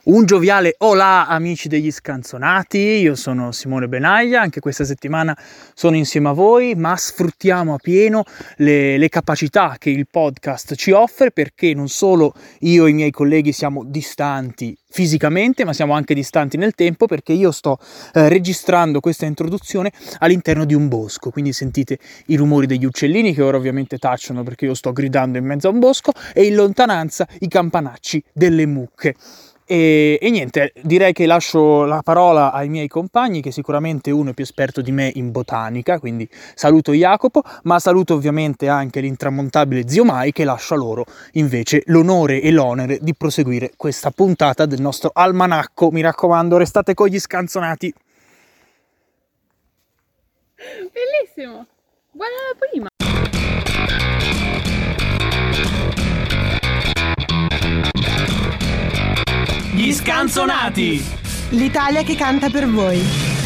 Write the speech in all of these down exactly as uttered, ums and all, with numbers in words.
Un gioviale olà amici degli scanzonati, io sono Simone Benaglia, anche questa settimana sono insieme a voi, ma sfruttiamo a pieno le, le capacità che il podcast ci offre, perché non solo io e i miei colleghi siamo distanti fisicamente, ma siamo anche distanti nel tempo, perché io sto eh, registrando questa introduzione all'interno di un bosco, quindi sentite i rumori degli uccellini che ora ovviamente tacciono perché io sto gridando in mezzo a un bosco, e in lontananza i campanacci delle mucche. E, e niente, direi che lascio la parola ai miei compagni, che sicuramente uno è più esperto di me in botanica, quindi saluto Jacopo, ma saluto ovviamente anche l'intramontabile zio Mai, che lascio a loro invece l'onore e l'onere di proseguire questa puntata del nostro almanacco. Mi raccomando, restate con gli scanzonati. Bellissimo, buona la prima. Gli scanzonati! L'Italia che canta per voi.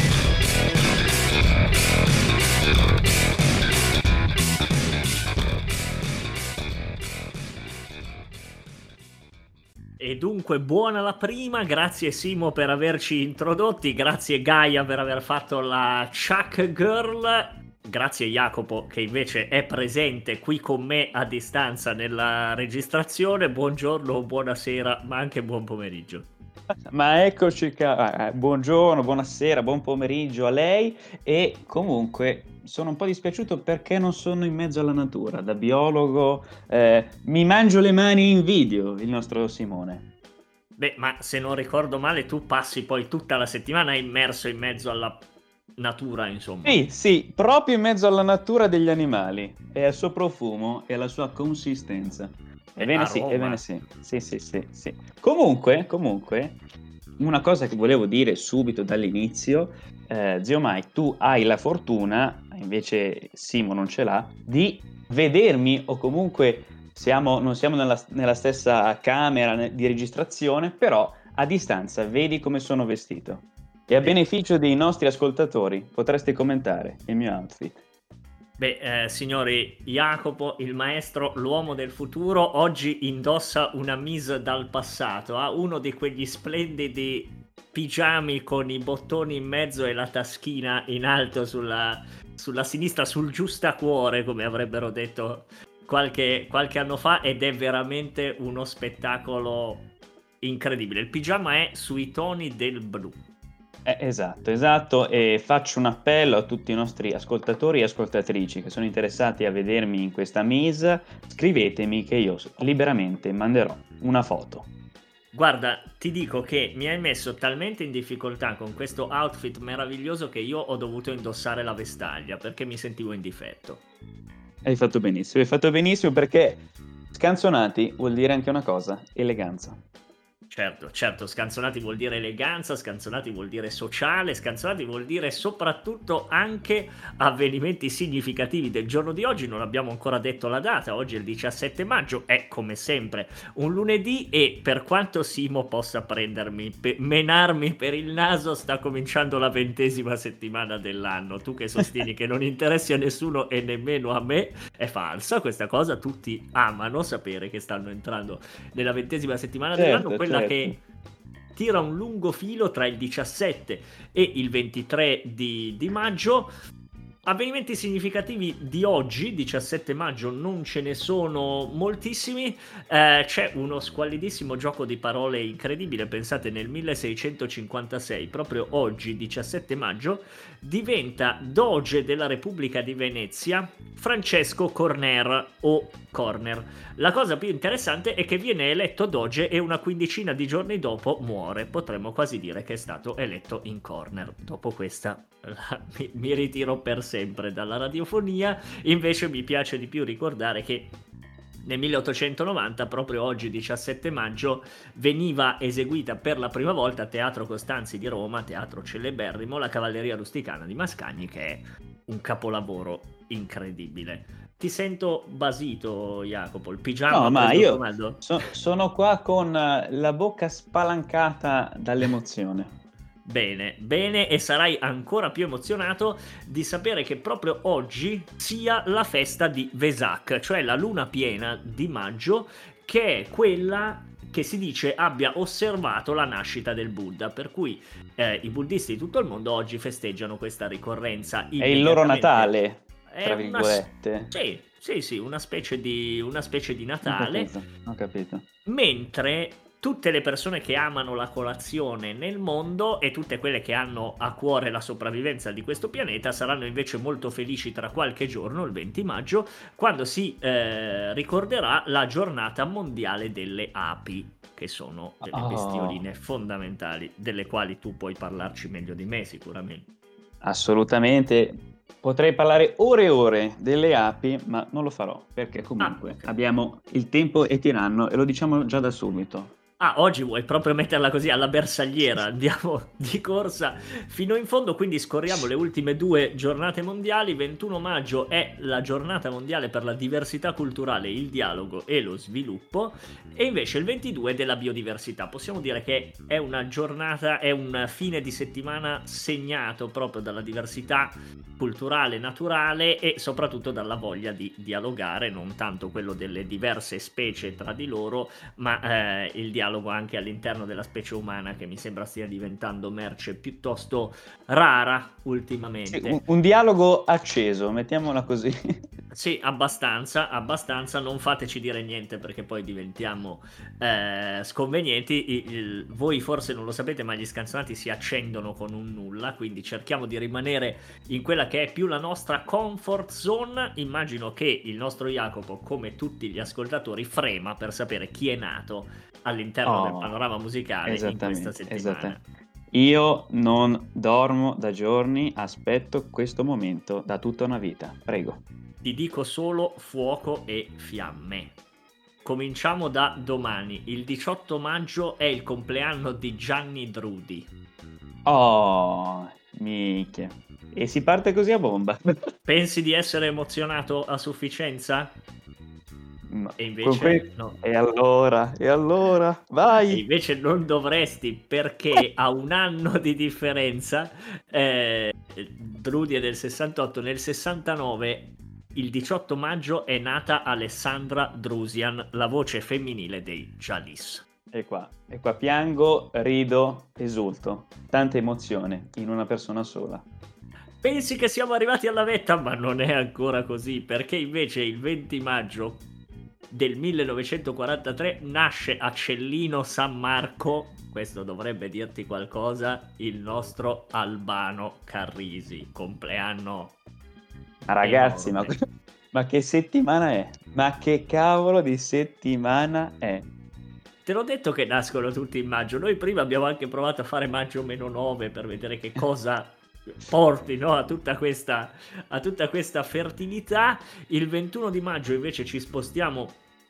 E dunque buona la prima, grazie Simo per averci introdotti, grazie Gaia per aver fatto la Chuck Girl, grazie Jacopo che invece è presente qui con me a distanza nella registrazione. Buongiorno, buonasera, ma anche buon pomeriggio. Ma eccoci qua, eh, buongiorno, buonasera, buon pomeriggio a lei. E comunque sono un po' dispiaciuto perché non sono in mezzo alla natura. Da biologo eh, mi mangio le mani in video, il nostro Simone. Beh, ma se non ricordo male tu passi poi tutta la settimana immerso in mezzo alla natura, insomma. Sì, sì, proprio in mezzo alla natura degli animali, e al suo profumo e alla sua consistenza. Ebbene sì, ebbene sì, sì, sì, sì, sì. Comunque, comunque, una cosa che volevo dire subito dall'inizio, eh, zio Mai, tu hai la fortuna, invece Simo non ce l'ha, di vedermi, o comunque siamo, non siamo nella, nella stessa camera di registrazione, però a distanza vedi come sono vestito. E a beneficio dei nostri ascoltatori potresti commentare il mio outfit. Beh, eh, signori, Jacopo, il maestro, l'uomo del futuro, oggi indossa una mise dal passato. Ha uno di quegli splendidi pigiami con i bottoni in mezzo e la taschina in alto sulla, sulla sinistra, sul giustacuore, come avrebbero detto qualche, qualche anno fa, ed è veramente uno spettacolo incredibile. Il pigiama è sui toni del blu. Eh, esatto, esatto, e faccio un appello a tutti i nostri ascoltatori e ascoltatrici che sono interessati a vedermi in questa mise. Scrivetemi che io liberamente manderò una foto. Guarda, ti dico che mi hai messo talmente in difficoltà con questo outfit meraviglioso che io ho dovuto indossare la vestaglia perché mi sentivo in difetto. Hai fatto benissimo, hai fatto benissimo, perché scanzonati vuol dire anche una cosa: eleganza. Certo, certo, scanzonati vuol dire eleganza, scanzonati vuol dire sociale, scanzonati vuol dire soprattutto anche avvenimenti significativi del giorno di oggi. Non abbiamo ancora detto la data, oggi è il diciassette maggio, è come sempre un lunedì, e per quanto Simo possa prendermi, pe- menarmi per il naso, sta cominciando la ventesima settimana dell'anno. Tu che sostieni che non interessi a nessuno e nemmeno a me, è falsa questa cosa, tutti amano sapere che stanno entrando nella ventesima settimana Certo, dell'anno, quella certo. che tira un lungo filo tra il diciassette e il ventitré di, di maggio. Avvenimenti significativi di oggi, diciassette maggio, non ce ne sono moltissimi. Eh, c'è uno squallidissimo gioco di parole incredibile. Pensate, nel milleseicentocinquantasei, proprio oggi, diciassette maggio, diventa doge della Repubblica di Venezia Francesco Corner o Corner. La cosa più interessante è che viene eletto doge e una quindicina di giorni dopo muore. Potremmo quasi dire che è stato eletto in corner. Dopo questa la, mi, mi ritiro per sempre dalla radiofonia. Invece mi piace di più ricordare che nel milleottocentonovanta, proprio oggi diciassette maggio, veniva eseguita per la prima volta a Teatro Costanzi di Roma, teatro celeberrimo, la Cavalleria Rusticana di Mascagni, che è un capolavoro incredibile. Ti sento basito, Jacopo, il pigiama. No, ma io caldo? so, sono qua con la bocca spalancata dall'emozione. Bene, bene, e sarai ancora più emozionato di sapere che proprio oggi sia la festa di Vesak, cioè la luna piena di maggio, che è quella che si dice abbia osservato la nascita del Buddha, per cui eh, i buddisti di tutto il mondo oggi festeggiano questa ricorrenza. È il loro Natale, È tra una- virgolette. Sì, sì, sì, una specie di, una specie di Ho Natale, capito, ho capito. mentre tutte le persone che amano la colazione nel mondo e tutte quelle che hanno a cuore la sopravvivenza di questo pianeta saranno invece molto felici tra qualche giorno, il venti maggio, quando si eh, ricorderà la giornata mondiale delle api, che sono delle Oh. bestioline fondamentali, delle quali tu puoi parlarci meglio di me sicuramente. Assolutamente. Potrei parlare ore e ore delle api, ma non lo farò, perché comunque Ah, ok. abbiamo il tempo è tiranno e lo diciamo già da subito. Ah, oggi vuoi proprio metterla così alla bersagliera, andiamo di corsa fino in fondo, quindi scorriamo le ultime due giornate mondiali. ventuno maggio è la giornata mondiale per la diversità culturale, il dialogo e lo sviluppo, e invece il ventidue è della biodiversità. Possiamo dire che è una giornata, è un fine di settimana segnato proprio dalla diversità culturale, naturale e soprattutto dalla voglia di dialogare, non tanto quello delle diverse specie tra di loro, ma eh, il dialogo anche all'interno della specie umana, che mi sembra stia diventando merce piuttosto rara ultimamente. Sì, un, un dialogo acceso, mettiamola così. Sì, abbastanza, abbastanza, non fateci dire niente perché poi diventiamo eh, sconvenienti. I- il- voi forse non lo sapete, ma gli scanzonati si accendono con un nulla, quindi cerchiamo di rimanere in quella che è più la nostra comfort zone. Immagino che il nostro Jacopo, come tutti gli ascoltatori, frema per sapere chi è nato all'interno Oh, del panorama musicale in questa esattamente, settimana. esattamente. Io non dormo da giorni, aspetto questo momento da tutta una vita. Prego. Ti dico solo fuoco e fiamme. Cominciamo da domani. Il diciotto maggio è il compleanno di Gianni Drudi. Oh, minchia. E si parte così a bomba. Pensi di essere emozionato a sufficienza? No. E invece Con que- no. E allora, e allora, E vai. invece non dovresti, perché a un anno di differenza eh, Drudi è del sessantotto, nel sessantanove il diciotto maggio è nata Alessandra Drusian, la voce femminile dei Jalis. E qua, e qua piango, rido, esulto. Tanta emozione in una persona sola. Pensi che siamo arrivati alla vetta, ma non è ancora così, perché invece il venti maggio del millenovecentoquarantatré nasce a Cellino San Marco, questo dovrebbe dirti qualcosa, il nostro Albano Carrisi, compleanno. Ma ragazzi, ma, enorme. ma che settimana è? Ma che cavolo di settimana è? Te l'ho detto che nascono tutti in maggio. Noi prima abbiamo anche provato a fare maggio meno nove per vedere che cosa porti, no, a tutta questa a tutta questa fertilità. Il ventuno di maggio invece ci spostiamo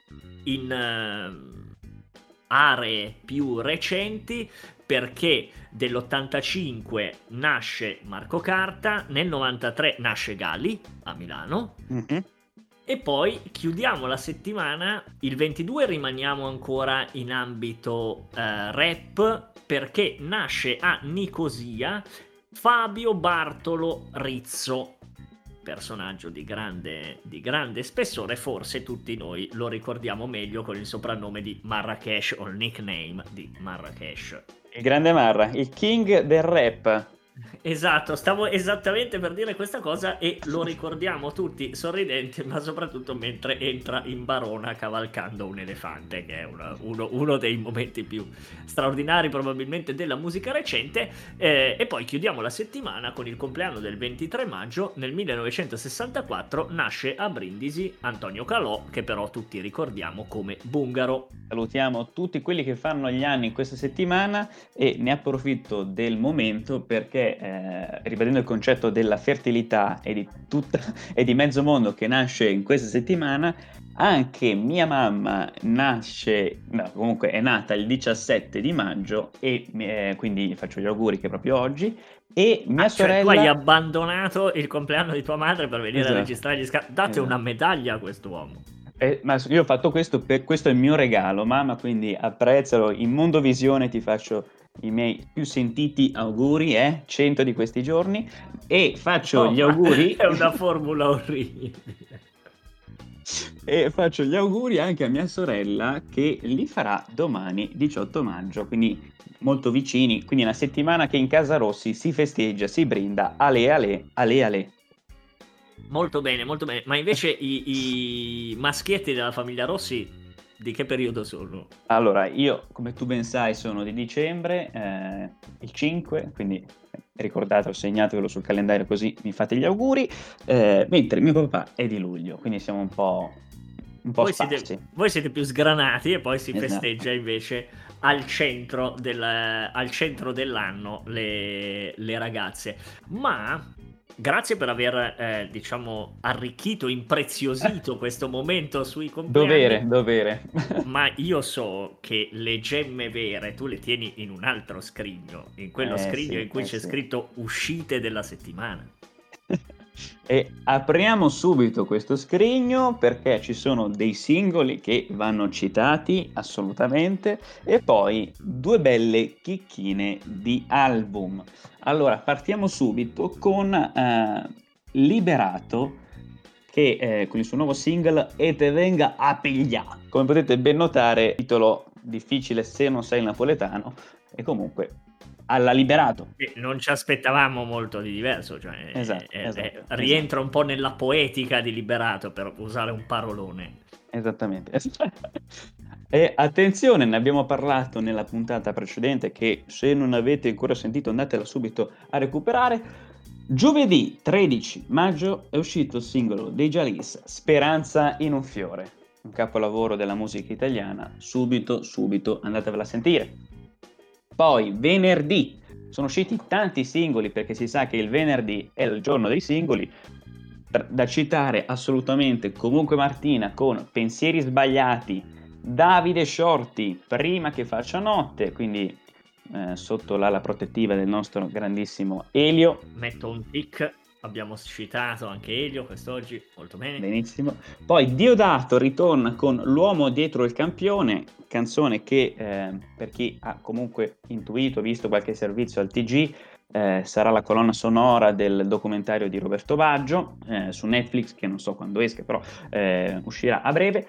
in eh, aree più recenti, perché dell'ottantacinque nasce Marco Carta, nel novantatré nasce Gali a Milano. Mhm. E poi chiudiamo la settimana, il ventidue rimaniamo ancora in ambito eh, rap, perché nasce a Nicosia Fabio Bartolo Rizzo, personaggio di grande, di grande spessore. Forse tutti noi lo ricordiamo meglio con il soprannome di Marrakesh, o il nickname di Marrakesh. Il grande Marra, il king del rap. Esatto, stavo esattamente per dire questa cosa e lo ricordiamo tutti sorridenti, ma soprattutto mentre entra in barona cavalcando un elefante, che è una- uno, uno dei momenti più straordinari probabilmente della musica recente. Eh, e poi chiudiamo la settimana con il compleanno del ventitré maggio. Nel millenovecentosessantaquattro nasce a Brindisi Antonio Calò, che però tutti ricordiamo come Bungaro. Salutiamo tutti quelli che fanno gli anni in questa settimana e ne approfitto del momento perché, eh, ribadendo il concetto della fertilità e di, tutta, e di mezzo mondo che nasce in questa settimana, anche mia mamma nasce, no, comunque è nata il diciassette di maggio e eh, quindi faccio gli auguri che è proprio oggi. E mia Ah, cioè, sorella... tu hai abbandonato il compleanno di tua madre per venire Esatto. a registrare gli sca- Date Esatto. una medaglia a quest'uomo. Eh, ma io ho fatto questo, per, questo è il mio regalo, mamma, quindi apprezzalo. In Mondovisione ti faccio i miei più sentiti auguri, eh, cento di questi giorni, e faccio No, gli ma auguri... È una formula orribile. E faccio gli auguri anche a mia sorella che li farà domani diciotto maggio, quindi molto vicini, quindi una settimana che in Casa Rossi si festeggia, si brinda, ale ale, ale ale. Molto bene, molto bene. Ma invece i, i maschietti della famiglia Rossi di che periodo sono? Allora, io, come tu ben sai, sono di dicembre, eh, il cinque, quindi ricordate, segnatevelo sul calendario così mi fate gli auguri, eh, mentre mio papà è di luglio, quindi siamo un po', un po' Voi sparsi. siete, voi siete più sgranati e poi si Esatto. festeggia invece al centro, del, al centro dell'anno le, le ragazze. Ma grazie per aver, eh, diciamo, arricchito, impreziosito questo momento sui compleanni. Dovere, dovere. Ma io so che le gemme vere tu le tieni in un altro scrigno, in quello Eh, scrigno sì, in cui eh, c'è sì. scritto uscite della settimana. E apriamo subito questo scrigno perché ci sono dei singoli che vanno citati assolutamente e poi due belle chicchine di album. Allora, partiamo subito con eh, Liberato che eh, con il suo nuovo single E te venga a piglia. Come potete ben notare, titolo difficile se non sei napoletano e comunque alla Liberato. E non ci aspettavamo molto di diverso, cioè Esatto, è- è- esatto, rientra un po' nella poetica di Liberato, per usare un parolone. Esattamente. E attenzione, ne abbiamo parlato nella puntata precedente che se non avete ancora sentito andatela subito a recuperare. Giovedì tredici maggio è uscito il singolo dei Jalis, Speranza in un fiore, un capolavoro della musica italiana, subito, subito andatevela a sentire. Poi venerdì sono usciti tanti singoli perché si sa che il venerdì è il giorno dei singoli, da citare assolutamente Comunque Martina con Pensieri sbagliati, Davide Shorty Prima che faccia notte, quindi eh, sotto l'ala protettiva del nostro grandissimo Elio. Metto un tic, abbiamo citato anche Elio quest'oggi, molto bene. Benissimo. Poi Diodato ritorna con L'uomo dietro il campione, canzone che eh, per chi ha comunque intuito, visto qualche servizio al T G, eh, sarà la colonna sonora del documentario di Roberto Baggio eh, su Netflix, che non so quando esca, però eh, uscirà a breve.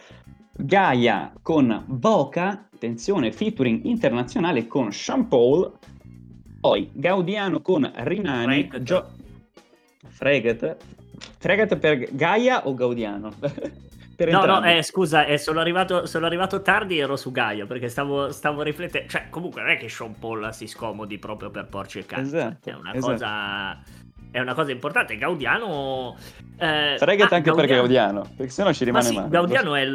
Gaia con Boca, attenzione, featuring internazionale con Sean Paul. Poi Gaudiano con Rimani. Fregat. Gio- Fregat. Fregat per Gaia o Gaudiano? Per No, no, entrambi. eh, scusa, eh, sono, arrivato, sono arrivato tardi e ero su Gaia perché stavo, stavo riflettendo. Cioè, comunque non è che Sean Paul si scomodi proprio per porci il cazzo. Esatto, È una esatto. cosa. È una cosa importante. Gaudiano. Eh, Fregat ah, anche per Gaudiano, perché sennò ci Ma rimane sì, male. Gaudiano è il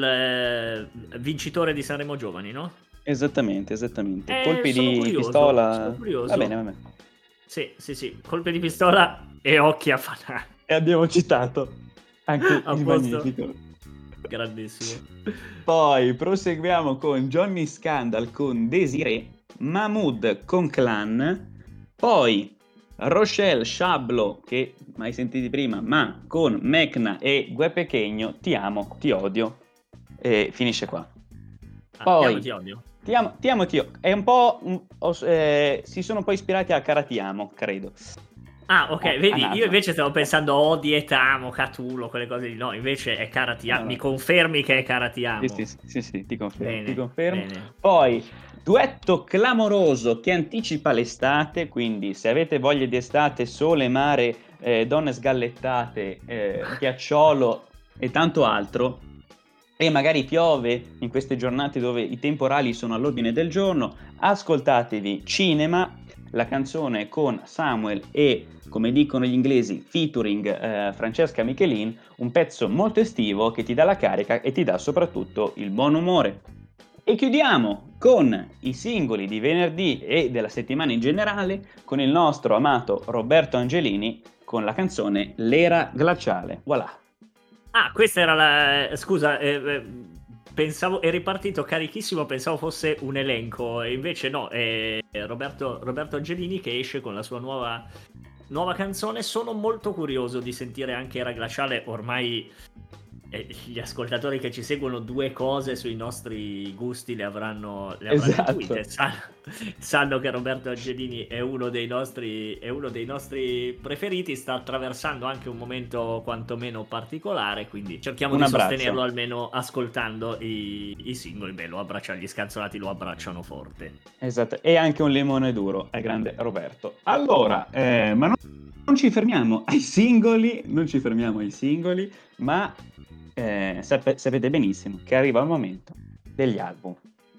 eh, vincitore di Sanremo Giovani, no? Esattamente, esattamente. Eh, Colpi sono di curioso, pistola. sono curioso. Va bene, va bene. Sì, sì, sì. Colpi di pistola e occhi a fanare. E abbiamo citato anche A il posto. Magnifico. Grandissimo. Poi proseguiamo con Johnny Scandal con Desiree, Mahmood con Clan, poi Rochelle Shablo, che mai sentiti prima, ma con Mecna e Gue Pequeño, Ti amo, ti odio, e finisce qua. Ah, Poi- ti amo, ti odio. Ti amo, ti amo, ti odio. È un po'... un- os- eh, si sono poi ispirati a Cara Ti amo, credo. Ah, ok, Ah, vedi, ah, io no. invece stavo pensando Odi e Tamo, Catulo, quelle cose lì. No, invece è Cara Ti amo. No, no. Mi confermi che è Cara Ti amo? Sì, sì, sì, sì, ti confermo, Bene, ti confermo. bene. Poi, duetto clamoroso che anticipa l'estate, quindi se avete voglia di estate, sole, mare, eh, donne sgallettate, eh, ghiacciolo e tanto altro, e magari piove in queste giornate dove i temporali sono all'ordine del giorno, ascoltatevi Cinema, la canzone con Samuel e, come dicono gli inglesi, featuring eh, Francesca Michelin, un pezzo molto estivo che ti dà la carica e ti dà soprattutto il buon umore. E chiudiamo con i singoli di venerdì e della settimana in generale con il nostro amato Roberto Angelini con la canzone L'era glaciale. Voilà. Ah, questa era la... Scusa, eh, eh, pensavo... È ripartito carichissimo, pensavo fosse un elenco, e invece no, è Roberto, Roberto Angelini che esce con la sua nuova, nuova canzone. Sono molto curioso di sentire anche Era glaciale, ormai e gli ascoltatori che ci seguono due cose sui nostri gusti le avranno, le avranno Esatto. intuite. Sanno, sanno che Roberto Angelini è uno dei nostri è uno dei nostri preferiti, sta attraversando anche un momento quantomeno particolare, quindi cerchiamo Un di abbraccio. sostenerlo almeno ascoltando i, i singoli. Beh, lo abbraccia, gli scanzonati lo abbracciano forte. Esatto, e anche un limone duro al grande Roberto. Allora, eh, ma non, non ci fermiamo ai singoli, non ci fermiamo ai singoli, ma eh, sape- sapete benissimo che arriva il momento degli album.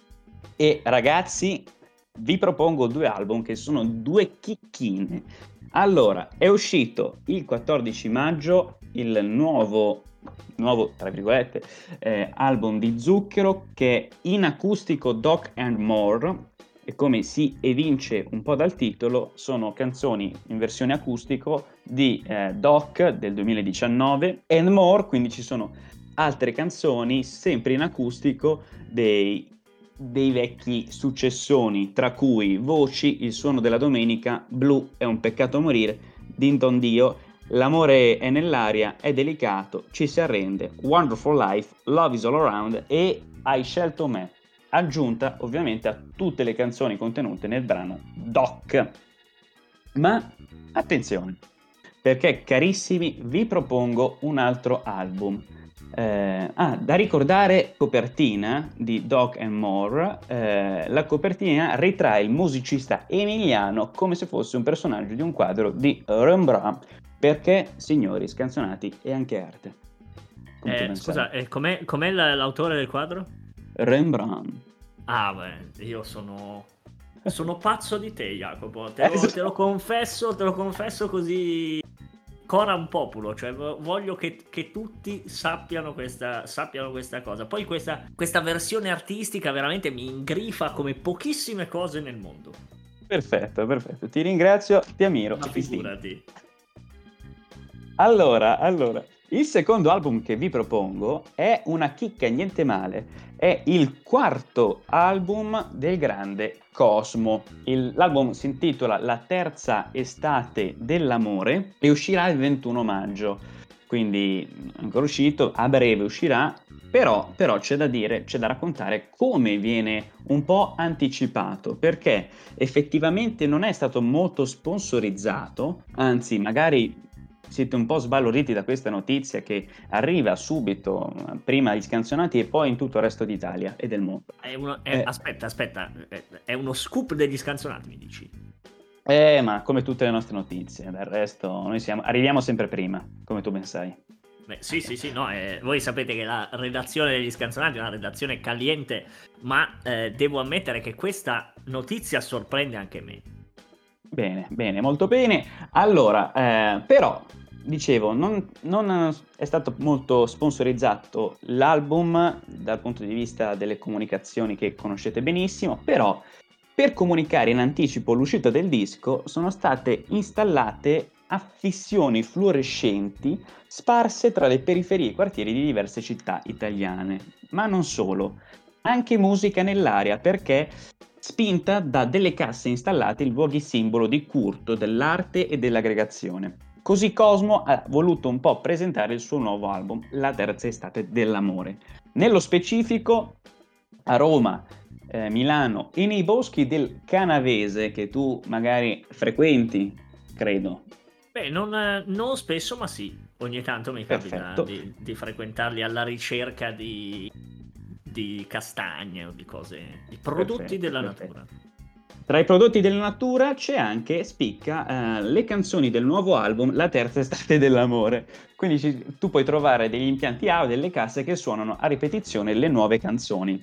E ragazzi, vi propongo due album che sono due chicchine. Allora, è uscito il quattordici maggio il nuovo, nuovo tra virgolette, eh, album di Zucchero, che è in acustico Doc and More, e come si evince un po' dal titolo, sono canzoni in versione acustico di eh, Doc del duemiladiciannove, and More, quindi ci sono altre canzoni sempre in acustico dei, dei vecchi successoni, tra cui Voci, Il suono della domenica, Blu, È un peccato morire, Din Don Dio, L'amore è nell'aria, È delicato, Ci si arrende, Wonderful Life, Love is all around e Hai scelto me, aggiunta ovviamente a tutte le canzoni contenute nel brano Doc. Ma attenzione, perché carissimi, vi propongo un altro album. Eh, ah, da ricordare, copertina di Doc and More. Eh, la copertina ritrae il musicista emiliano come se fosse un personaggio di un quadro di Rembrandt, perché, signori, scanzonati è anche arte. Come tu Eh, ben scusa, sai. eh, com'è, com'è la- l'autore del quadro? Rembrandt. Ah, beh, io sono sono pazzo di te, Jacopo. Te lo, Esatto. te lo confesso, te lo confesso così. Cora un populo, cioè vo- voglio che, che tutti sappiano questa, sappiano questa cosa. Poi questa, questa versione artistica veramente mi ingrifa come pochissime cose nel mondo. Perfetto, perfetto. Ti ringrazio, ti ammiro Ma e ti stimo. figurati. Allora, allora, il secondo album che vi propongo è una chicca niente male. È il quarto album del grande Cosmo. Il- l'album si intitola La terza estate dell'amore e uscirà il ventuno maggio. Quindi è ancora uscito, a breve uscirà, però, però c'è da dire, c'è da raccontare come viene un po' anticipato, perché effettivamente non è stato molto sponsorizzato, anzi magari siete un po' sbalorditi da questa notizia che arriva subito, eh, prima agli scanzonati e poi in tutto il resto d'Italia e del mondo. È uno- è- Eh. Aspetta, aspetta, è, è uno scoop degli scanzonati, mi dici? Eh, ma come tutte le nostre notizie, del resto noi siamo, arriviamo sempre prima, come tu ben sai. Beh, sì, sì, sì, no, eh, voi sapete che la redazione degli scanzonati è una redazione caliente, ma eh, devo ammettere che questa notizia sorprende anche me. Bene, bene, molto bene. Allora, eh, però, dicevo, non, non è stato molto sponsorizzato l'album dal punto di vista delle comunicazioni che conoscete benissimo, però per comunicare in anticipo l'uscita del disco sono state installate affissioni fluorescenti sparse tra le periferie e i quartieri di diverse città italiane. Ma non solo, anche musica nell'aria, perché spinta da delle casse installate in luoghi simbolo di culto, dell'arte e dell'aggregazione. Così Cosmo ha voluto un po' presentare il suo nuovo album, La terza estate dell'amore. Nello specifico, a Roma, eh, Milano e nei boschi del Canavese, che tu magari frequenti, credo. Beh, non, eh, non spesso, ma sì, ogni tanto mi capita Perfetto. di, di frequentarli alla ricerca di, di castagne o di cose, di prodotti Perfetto, della perfetto. natura. Tra i prodotti della natura c'è anche, spicca, eh, le canzoni del nuovo album La terza estate dell'amore. Quindi ci- tu puoi trovare degli impianti audio, delle casse che suonano a ripetizione le nuove canzoni.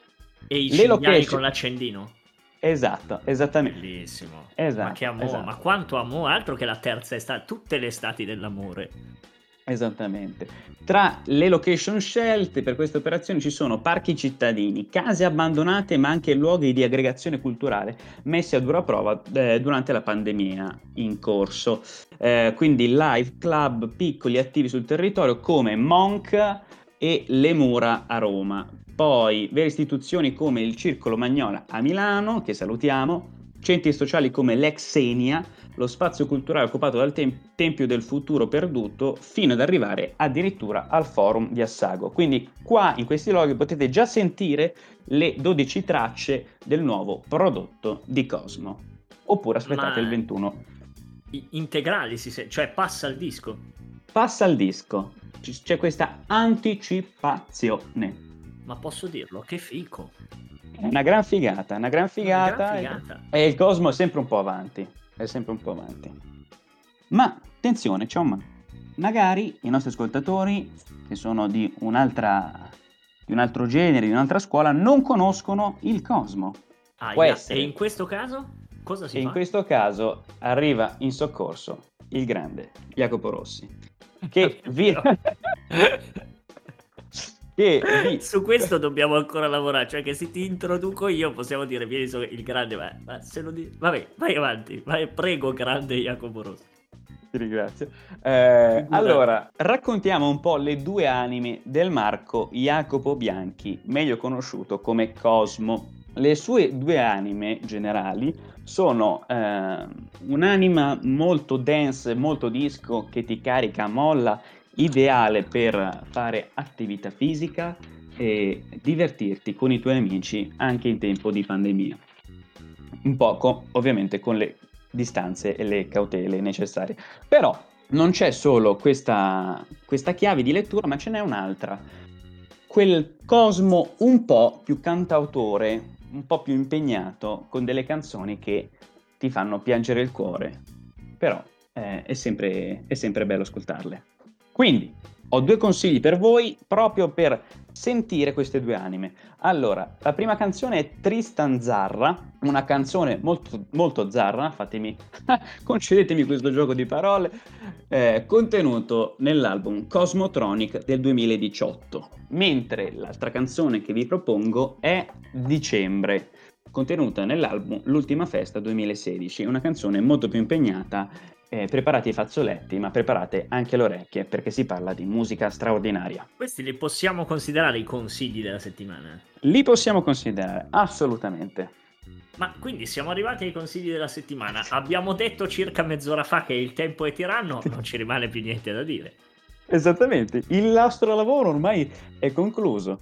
E i Le cinghiali location- con l'accendino. Esatto, esattamente. Bellissimo. Esatto, Ma che amore, esatto. ma quanto amore, altro che la terza estate, tutte le estati dell'amore. Esattamente. Tra le location scelte per queste operazioni ci sono parchi cittadini, case abbandonate, ma anche luoghi di aggregazione culturale messi a dura prova eh, durante la pandemia in corso. Eh, quindi live club piccoli attivi sul territorio come Monk e Le Mura a Roma. Poi vere istituzioni come il Circolo Magnola a Milano, che salutiamo, centri sociali come l'ex Xenia, lo spazio culturale occupato dal tem- Tempio del Futuro perduto, fino ad arrivare addirittura al Forum di Assago. Quindi qua in questi luoghi potete già sentire le dodici tracce del nuovo prodotto di Cosmo. Oppure aspettate Ma il ventuno. i- integrali, si se- cioè passa il disco. Passa al disco, C- c'è questa anticipazione. Ma posso dirlo, che fico. È una gran figata, una gran figata. Una gran figata. E il Cosmo è sempre un po' avanti. È sempre un po' avanti. Ma attenzione, c'è un ma. Magari i nostri ascoltatori, che sono di un'altra, di un altro genere, di un'altra scuola, non conoscono il Cosmo. Ah, Può yeah. essere. E in questo caso cosa si E fa? in questo caso arriva in soccorso il grande Jacopo Rossi, che vi... che vi... Su questo dobbiamo ancora lavorare, cioè che se ti introduco io possiamo dire vieni so- il grande, ma, ma se lo dici... Vabbè, vai avanti, vai, prego grande Jacopo Rossi. Ti ringrazio. Eh, allora, raccontiamo un po' le due anime del Marco Jacopo Bianchi, meglio conosciuto come Cosmo. Le sue due anime generali sono eh, un'anima molto dance, molto disco, che ti carica, molla, ideale per fare attività fisica e divertirti con i tuoi amici anche in tempo di pandemia. Un poco, ovviamente, con le distanze e le cautele necessarie. Però non c'è solo questa, questa chiave di lettura, ma ce n'è un'altra. Quel Cosmo un po' più cantautore, un po' più impegnato, con delle canzoni che ti fanno piangere il cuore. Però eh, è sempre, è sempre bello ascoltarle. Quindi ho due consigli per voi proprio per sentire queste due anime. Allora, la prima canzone è Tristan Zarra, una canzone molto, molto zarra, fatemi, concedetemi questo gioco di parole, eh, contenuto nell'album Cosmotronic del duemiladiciotto, mentre l'altra canzone che vi propongo è Dicembre, contenuta nell'album L'ultima festa duemilasedici, una canzone molto più impegnata. Eh, preparate i fazzoletti, ma preparate anche le orecchie, perché si parla di musica straordinaria. Questi li possiamo considerare i consigli della settimana? Li possiamo considerare, assolutamente. Ma quindi siamo arrivati ai consigli della settimana. Abbiamo detto circa mezz'ora fa che il tempo è tiranno, non ci rimane più niente da dire. Esattamente, il nostro lavoro ormai è concluso.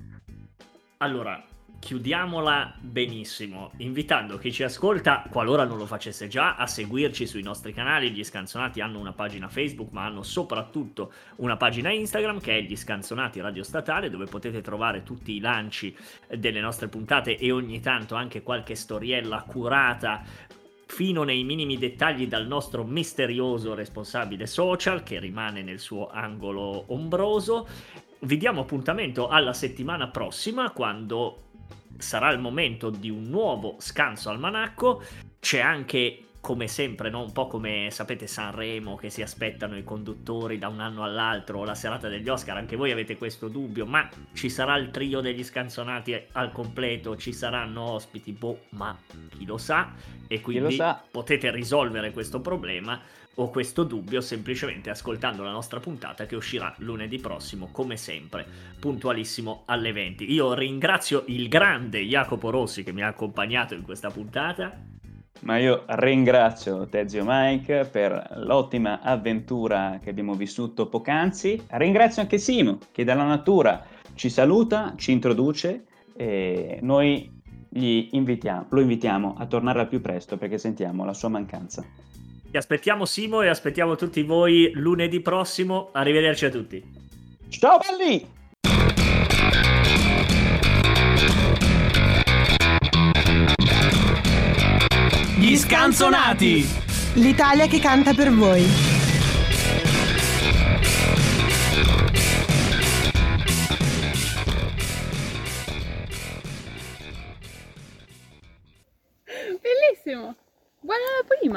Allora, chiudiamola benissimo, invitando chi ci ascolta, qualora non lo facesse già, a seguirci sui nostri canali. Gli Scanzonati hanno una pagina Facebook, ma hanno soprattutto una pagina Instagram che è Gli Scanzonati Radio Statale, dove potete trovare tutti i lanci delle nostre puntate e ogni tanto anche qualche storiella curata fino nei minimi dettagli dal nostro misterioso responsabile social, che rimane nel suo angolo ombroso. Vi diamo appuntamento alla settimana prossima, quando sarà il momento di un nuovo Scanso Almanacco. C'è anche, come sempre, no? Un po' come sapete Sanremo, che si aspettano i conduttori da un anno all'altro, o la serata degli Oscar. Anche voi avete questo dubbio, ma ci sarà il trio degli Scanzonati al completo, ci saranno ospiti, boh, ma chi lo sa? E quindi lo sa? potete risolvere questo problema o questo dubbio semplicemente ascoltando la nostra puntata, che uscirà lunedì prossimo, come sempre, puntualissimo alle venti. Io ringrazio il grande Jacopo Rossi che mi ha accompagnato in questa puntata. Ma io ringrazio te, zio Mike, per l'ottima avventura che abbiamo vissuto poc'anzi. Ringrazio anche Simo, che dalla natura ci saluta, ci introduce, e noi gli invitiamo, lo invitiamo a tornare al più presto, perché sentiamo la sua mancanza. Ti aspettiamo Simo e aspettiamo tutti voi lunedì prossimo. Arrivederci a tutti. Ciao belli! Gli Scanzonati! L'Italia che canta per voi. Bellissimo! Buona la prima!